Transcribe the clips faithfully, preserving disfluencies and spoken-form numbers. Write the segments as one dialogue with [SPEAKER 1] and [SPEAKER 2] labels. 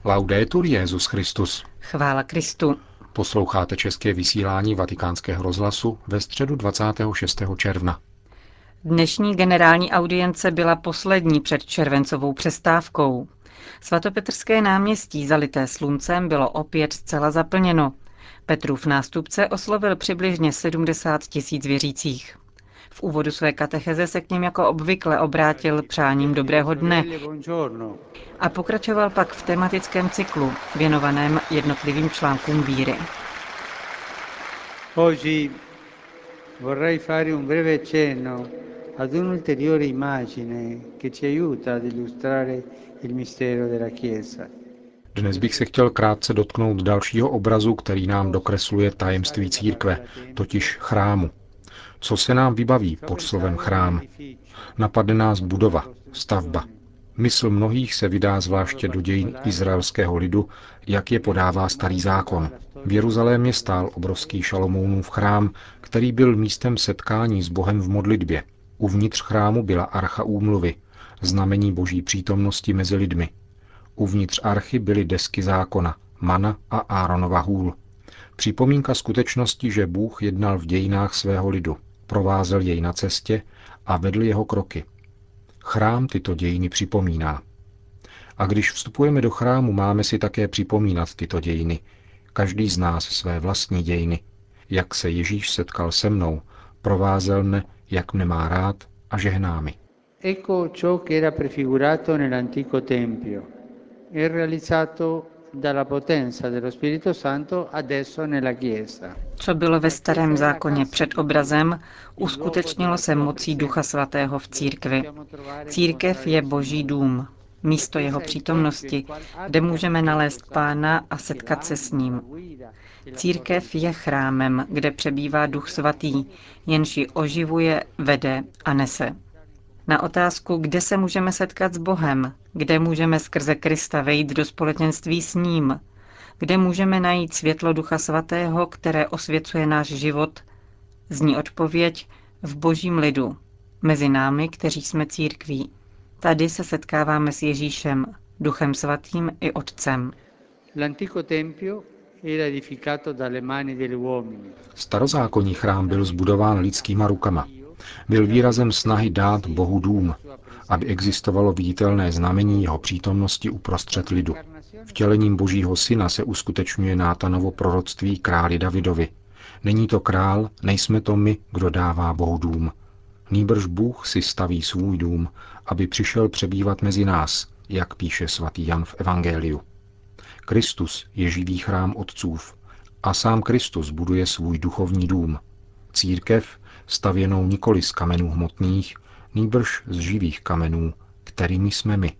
[SPEAKER 1] Laudetur Jesus Christus.
[SPEAKER 2] Chvála Kristu.
[SPEAKER 1] Posloucháte české vysílání Vatikánského rozhlasu ve středu dvacátého šestého června.
[SPEAKER 2] Dnešní generální audience byla poslední před červencovou přestávkou. Svatopetrské náměstí zalité sluncem bylo opět zcela zaplněno. Petrův nástupce oslovil přibližně sedmdesát tisíc věřících. V úvodu své katecheze se k nim jako obvykle obrátil přáním dobrého dne a pokračoval pak v tematickém cyklu věnovaném jednotlivým článkům víry.
[SPEAKER 3] Oggi vorrei fare un breve cenno ad un'ulteriore immagine che ci aiuta ad illustrare il mistero della Chiesa.
[SPEAKER 1] Dnes bych se chtěl krátce dotknout dalšího obrazu, který nám dokresluje tajemství církve, totiž chrámu. Co se nám vybaví pod slovem chrám? Napadne nás budova, stavba. Mysl mnohých se vydá zvláště do dějin izraelského lidu, jak je podává Starý zákon. V Jeruzalémě stál obrovský Šalomounův chrám, který byl místem setkání s Bohem v modlitbě. Uvnitř chrámu byla archa úmluvy, znamení Boží přítomnosti mezi lidmi. Uvnitř archy byly desky zákona, mana a Áronova hůl. Připomínka skutečnosti, že Bůh jednal v dějinách svého lidu, provázel jej na cestě a vedl jeho kroky. Chrám tyto dějiny připomíná. A když vstupujeme do chrámu, máme si také připomínat tyto dějiny. Každý z nás své vlastní dějiny. Jak se Ježíš setkal se mnou, provázel mne, jak mne má rád a žehná mi.
[SPEAKER 3] Ecco ciò che era prefigurato nell'antico tempio e realizzato dalla potenza dello Spirito Santo adesso nella Chiesa.
[SPEAKER 2] Co bylo ve Starém zákoně před obrazem, uskutečnilo se mocí Ducha Svatého v církvi. Církev je Boží dům, místo jeho přítomnosti, kde můžeme nalézt Pána a setkat se s ním. Církev je chrámem, kde přebývá Duch Svatý, jenž ji oživuje, vede a nese. Na otázku, kde se můžeme setkat s Bohem, kde můžeme skrze Krista vejít do společenství s ním, kde můžeme najít světlo Ducha Svatého, které osvěcuje náš život, zní odpověď v Božím lidu, mezi námi, kteří jsme církví. Tady se setkáváme s Ježíšem, Duchem Svatým i Otcem.
[SPEAKER 1] Starozákonní chrám byl zbudován lidskýma rukama. Byl výrazem snahy dát Bohu dům, aby existovalo viditelné znamení jeho přítomnosti uprostřed lidu. Vtělením Božího syna se uskutečňuje Nátanovo proroctví králi Davidovi. Není to král, nejsme to my, kdo dává Bohu dům. Nýbrž Bůh si staví svůj dům, aby přišel přebývat mezi nás, jak píše svatý Jan v Evangeliu. Kristus je živý chrám otcův a sám Kristus buduje svůj duchovní dům. Církev, stavěnou nikoli z kamenů hmotných, nýbrž z živých kamenů, kterými jsme my.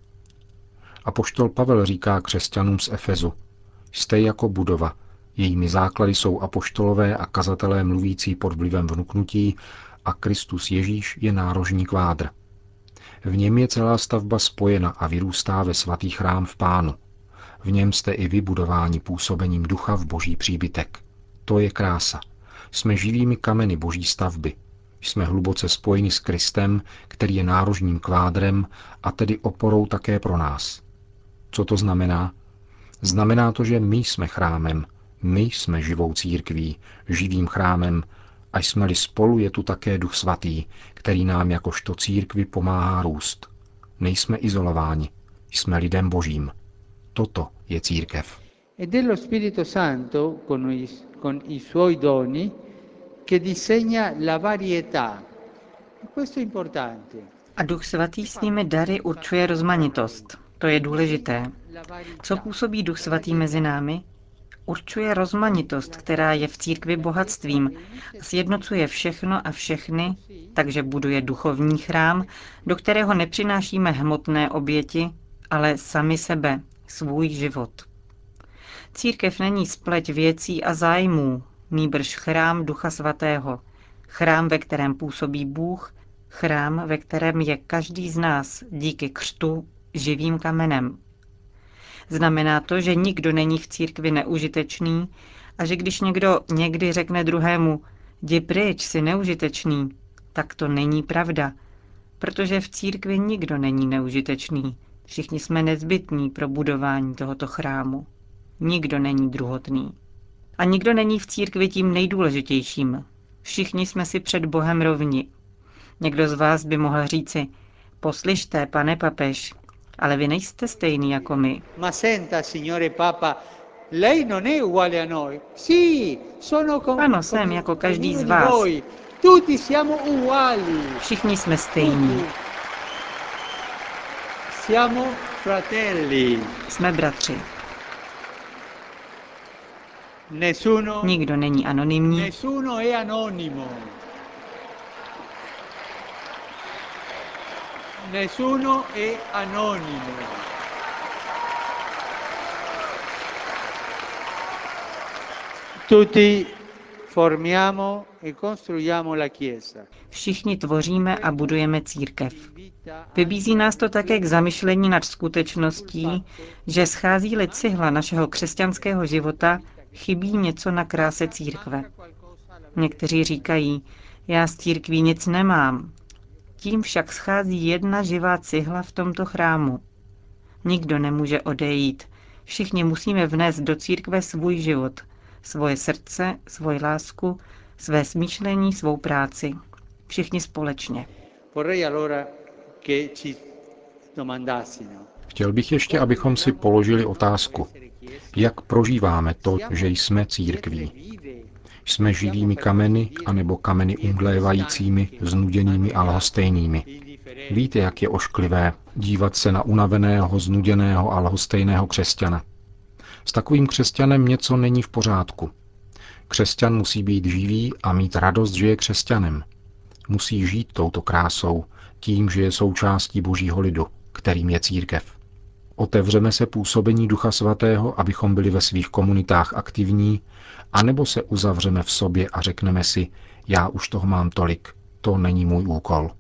[SPEAKER 1] Apoštol Pavel říká křesťanům z Efezu: jste jako budova, jejími základy jsou apoštolové a kazatelé mluvící pod vlivem vnuknutí a Kristus Ježíš je nárožní kvádr. V něm je celá stavba spojena a vyrůstá ve svatý chrám v Pánu. V něm jste i vy budováni působením ducha v Boží příbytek. To je krása. Jsme živými kameny Boží stavby. Jsme hluboce spojeni s Kristem, který je nárožním kvádrem a tedy oporou také pro nás. Co to znamená? Znamená to, že my jsme chrámem, my jsme živou církví, živým chrámem, a jsme-li spolu, je tu také Duch Svatý, který nám jakožto církvi pomáhá růst. Nejsme izolováni, jsme lidem Božím. Toto je církev.
[SPEAKER 3] E dello Spirito Santo con i, con i suoi doni che disegna la varietà. Questo è importante.
[SPEAKER 2] A Duch Svatý svými dary určuje rozmanitost. To je důležité. Co působí Duch Svatý mezi námi? Určuje rozmanitost, která je v církvi bohatstvím, sjednocuje všechno a všechny, takže buduje duchovní chrám, do kterého nepřinášíme hmotné oběti, ale sami sebe, svůj život. Církev není spleť věcí a zájmů, nýbrž chrám Ducha Svatého, chrám, ve kterém působí Bůh, chrám, ve kterém je každý z nás díky křtu živým kamenem. Znamená to, že nikdo není v církvi neužitečný a že když někdo někdy řekne druhému jdi pryč, jsi neužitečný, tak to není pravda, protože v církvi nikdo není neužitečný. Všichni jsme nezbytní pro budování tohoto chrámu. Nikdo není druhotný. A nikdo není v církvi tím nejdůležitějším. Všichni jsme si před Bohem rovni. Někdo z vás by mohl říci, poslyšte, pane papež, ale vy nejste stejný jako my.
[SPEAKER 3] Ma senta, signore Papa, lei non è uguale a noi. Sì, sono com-
[SPEAKER 2] Ano, jsem
[SPEAKER 3] come
[SPEAKER 2] jako každý
[SPEAKER 3] ognuno
[SPEAKER 2] z
[SPEAKER 3] di
[SPEAKER 2] vás.
[SPEAKER 3] voi. Tutti siamo uguali.
[SPEAKER 2] Všichni jsme stejní.
[SPEAKER 3] Tutti. Siamo fratelli.
[SPEAKER 2] Jsme bratři.
[SPEAKER 3] Nessuno,
[SPEAKER 2] Nikdo není anonymní.
[SPEAKER 3] nessuno è anonimo. Nessuno è anonimo. Tutti formiamo e costruiamo la Chiesa.
[SPEAKER 2] Všichni tvoříme a budujeme církev. Vybízí nás to také k zamyšlení nad skutečností, že schází-li cihla našeho křesťanského života, chybí něco na kráse církve. Někteří říkají, já z církví nic nemám. Tím však schází jedna živá cihla v tomto chrámu. Nikdo nemůže odejít. Všichni musíme vnést do církve svůj život, svoje srdce, svoji lásku, své smýšlení, svou práci. Všichni společně.
[SPEAKER 1] Chtěl bych ještě, abychom si položili otázku, jak prožíváme to, že jsme církví. Jsme živými kameny, anebo kameny umdlévajícími, znuděnými a lhostejnými. Víte, jak je ošklivé dívat se na unaveného, znuděného a lhostejného křesťana. S takovým křesťanem něco není v pořádku. Křesťan musí být živý a mít radost, že je křesťanem. Musí žít touto krásou, tím, že je součástí Božího lidu, kterým je církev. Otevřeme se působení Ducha Svatého, abychom byli ve svých komunitách aktivní, anebo se uzavřeme v sobě a řekneme si, já už toho mám tolik, to není můj úkol.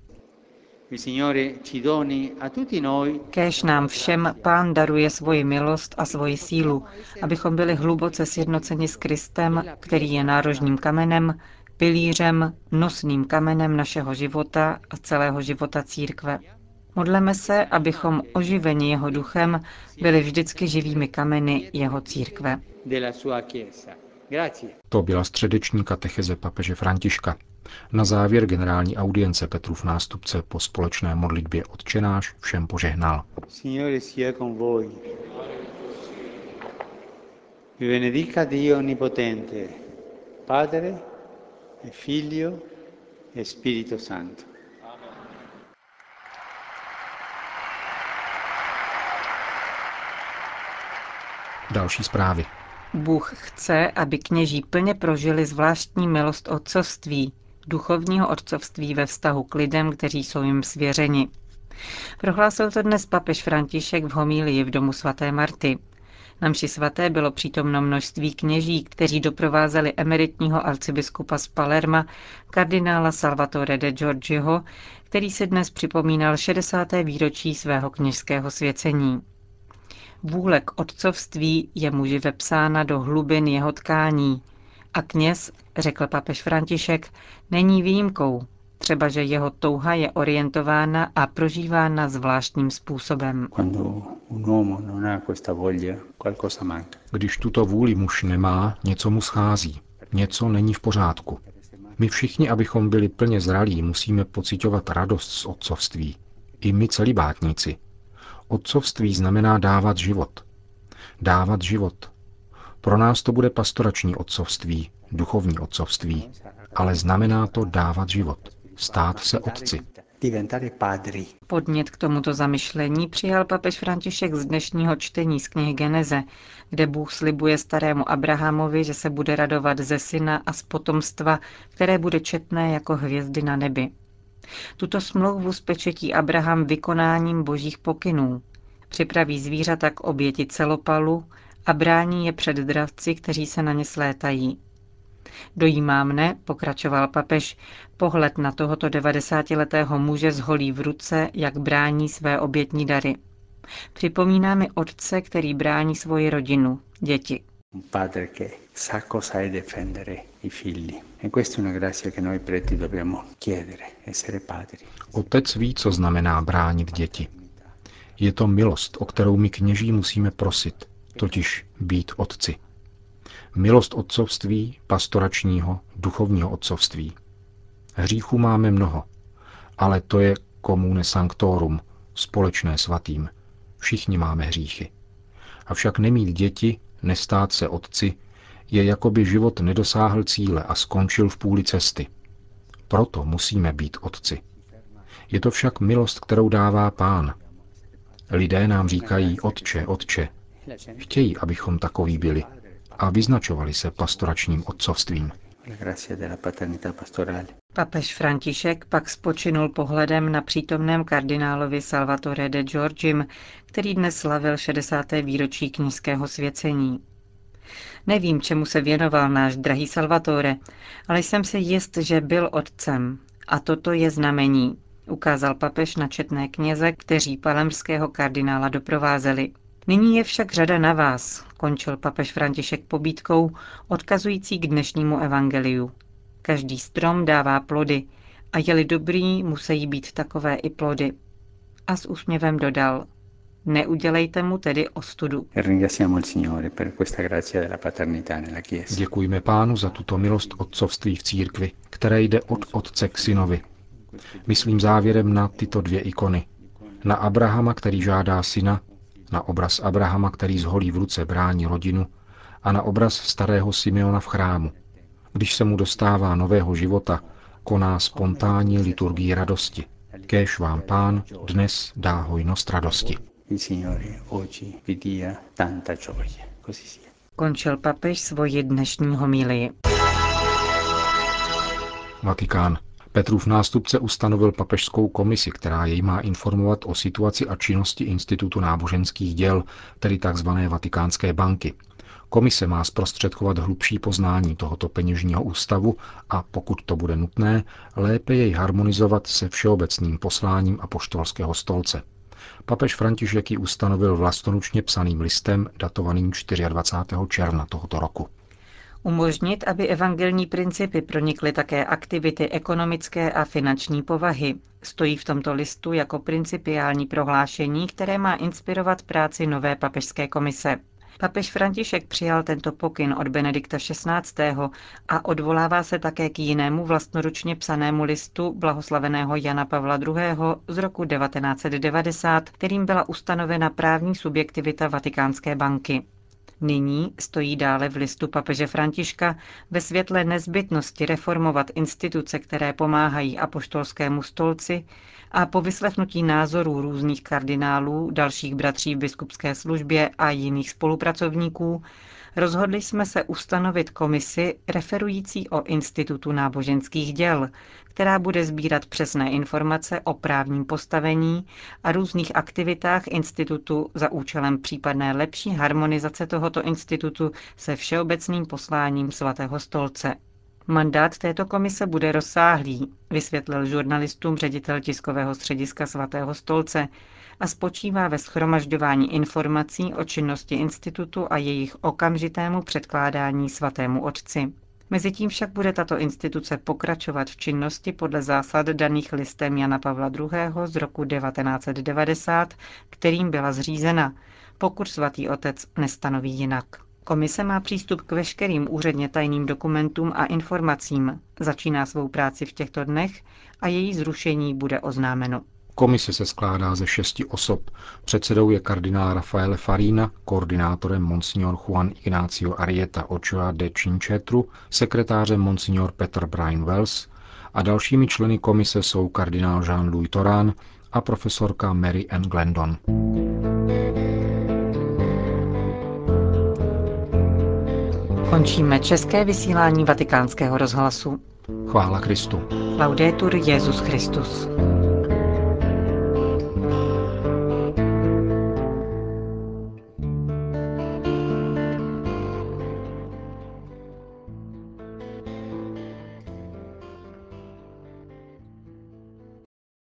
[SPEAKER 2] Kéž nám všem Pán daruje svoji milost a svoji sílu, abychom byli hluboce sjednoceni s Kristem, který je nárožním kamenem, pilířem, nosným kamenem našeho života a celého života církve. Modleme se, abychom oživeni jeho duchem byli vždycky živými kameny jeho církve.
[SPEAKER 1] To byla středeční katecheze papeže Františka. Na závěr generální audience Petrův nástupce po společné modlitbě Otčenáš všem požehnal.
[SPEAKER 3] Signore sia con voi. Vi benedica Dio Onnipotente, Padre e Figlio e Spirito Santo.
[SPEAKER 1] Další zprávy.
[SPEAKER 2] Bůh chce, aby kněží plně prožili zvláštní milost otcovství, duchovního otcovství ve vztahu k lidem, kteří jsou jim svěřeni. Prohlásil to dnes papež František v homílii v domu svaté Marty. Na mši svaté bylo přítomno množství kněží, kteří doprovázeli emeritního arcibiskupa z Palerma, kardinála Salvatore de Giorgioho, který se dnes připomínal šedesáté výročí svého kněžského svěcení. Vůle k otcovství je muži vepsána do hlubin jeho tkání a kněz, řekl papež František, není výjimkou, třeba že jeho touha je orientována a prožívána zvláštním způsobem.
[SPEAKER 1] Když tuto vůli muž nemá, něco mu schází, něco není v pořádku. My všichni, abychom byli plně zralí, musíme pociťovat radost z otcovství. I my celibátníci. Otcovství znamená dávat život. Dávat život. Pro nás to bude pastorační otcovství, duchovní otcovství, ale znamená to dávat život, stát se otci.
[SPEAKER 2] Podnět k tomuto zamyšlení přijal papež František z dnešního čtení z knihy Geneze, kde Bůh slibuje starému Abrahamovi, že se bude radovat ze syna a z potomstva, které bude četné jako hvězdy na nebi. Tuto smlouvu spečetí Abraham vykonáním božích pokynů. Připraví zvířata k oběti celopalu a brání je před dravci, kteří se na ně slétají. Dojímá mne, pokračoval papež, pohled na tohoto devadesátiletého muže s holí v ruce, jak brání své obětní dary. Připomíná mi otce, který brání svoji rodinu, děti.
[SPEAKER 1] Otec ví, co znamená bránit děti. Je to milost, o kterou my kněží musíme prosit, totiž být otci. Milost otcovství, pastoračního, duchovního otcovství. Hříchů máme mnoho, ale to je comune sanctorum, společné svatým. Všichni máme hříchy. Avšak nemít děti, nestát se otci, je jako by život nedosáhl cíle a skončil v půli cesty. Proto musíme být otci. Je to však milost, kterou dává Pán. Lidé nám říkají otče, otče. Chtějí, abychom takoví byli a vyznačovali se pastoračním otcovstvím.
[SPEAKER 2] Papež František pak spočinul pohledem na přítomném kardinálovi Salvatore de Giorgim, který dnes slavil šedesáté výročí kněžského svěcení. Nevím, čemu se věnoval náš drahý Salvatore, ale jsem si jist, že byl otcem. A toto je znamení, ukázal papež na četné kněze, kteří palermského kardinála doprovázeli. Nyní je však řada na vás, končil papež František pobídkou, odkazující k dnešnímu evangeliu. Každý strom dává plody a je-li dobrý, musí být takové i plody. A s úsměvem dodal, neudělejte mu tedy ostudu.
[SPEAKER 1] Děkujme Pánu za tuto milost otcovství v církvi, které jde od otce k synovi. Myslím závěrem na tyto dvě ikony. Na Abrahama, který žádá syna, na obraz Abrahama, který s holí v ruce brání rodinu, a na obraz starého Simeona v chrámu. Když se mu dostává nového života, koná spontánní liturgii radosti. Kéž vám Pán dnes dá hojnost radosti.
[SPEAKER 2] Končil papež svoji dnešní homílii.
[SPEAKER 1] Vatikán. Petrův nástupce ustanovil papežskou komisi, která jej má informovat o situaci a činnosti Institutu náboženských děl, tedy tzv. Vatikánské banky. Komise má zprostředkovat hlubší poznání tohoto peněžního ústavu a, pokud to bude nutné, lépe jej harmonizovat se všeobecným posláním apoštolského stolce. Papež František ji ustanovil vlastnoručně psaným listem datovaným dvacátého čtvrtého června tohoto roku.
[SPEAKER 2] Umožnit, aby evangelní principy pronikly také aktivity ekonomické a finanční povahy, stojí v tomto listu jako principiální prohlášení, které má inspirovat práci nové papežské komise. Papež František přijal tento pokyn od Benedikta šestnáctého a odvolává se také k jinému vlastnoručně psanému listu blahoslaveného Jana Pavla druhého. z roku devatenáct set devadesát, kterým byla ustanovena právní subjektivita Vatikánské banky. Nyní stojí dále v listu papeže Františka ve světle nezbytnosti reformovat instituce, které pomáhají apoštolskému stolci, a po vyslechnutí názorů různých kardinálů, dalších bratří v biskupské službě a jiných spolupracovníků, rozhodli jsme se ustanovit komisi referující o Institutu náboženských děl, která bude sbírat přesné informace o právním postavení a různých aktivitách institutu za účelem případné lepší harmonizace tohoto institutu se všeobecným posláním svatého stolce. Mandát této komise bude rozsáhlý, vysvětlil žurnalistům ředitel tiskového střediska svatého stolce, a spočívá ve shromažďování informací o činnosti institutu a jejich okamžitému předkládání svatému otci. Mezitím však bude tato instituce pokračovat v činnosti podle zásad daných listem Jana Pavla druhého. z roku devatenáct set devadesát, kterým byla zřízena, pokud svatý otec nestanoví jinak. Komise má přístup k veškerým úředně tajným dokumentům a informacím, začíná svou práci v těchto dnech a její zrušení bude oznámeno.
[SPEAKER 1] Komise se skládá ze šesti osob. Předsedou je kardinál Rafael Farina, koordinátorem monsignor Juan Ignacio Arrieta Ochoa de Chinchetru, sekretářem monsignor Peter Brian Wells a dalšími členy komise jsou kardinál Jean-Louis Torán a profesorka Mary Ann Glendon.
[SPEAKER 2] Končíme české vysílání Vatikánského rozhlasu.
[SPEAKER 1] Chvála Kristu.
[SPEAKER 2] Laudetur Jesus Christus.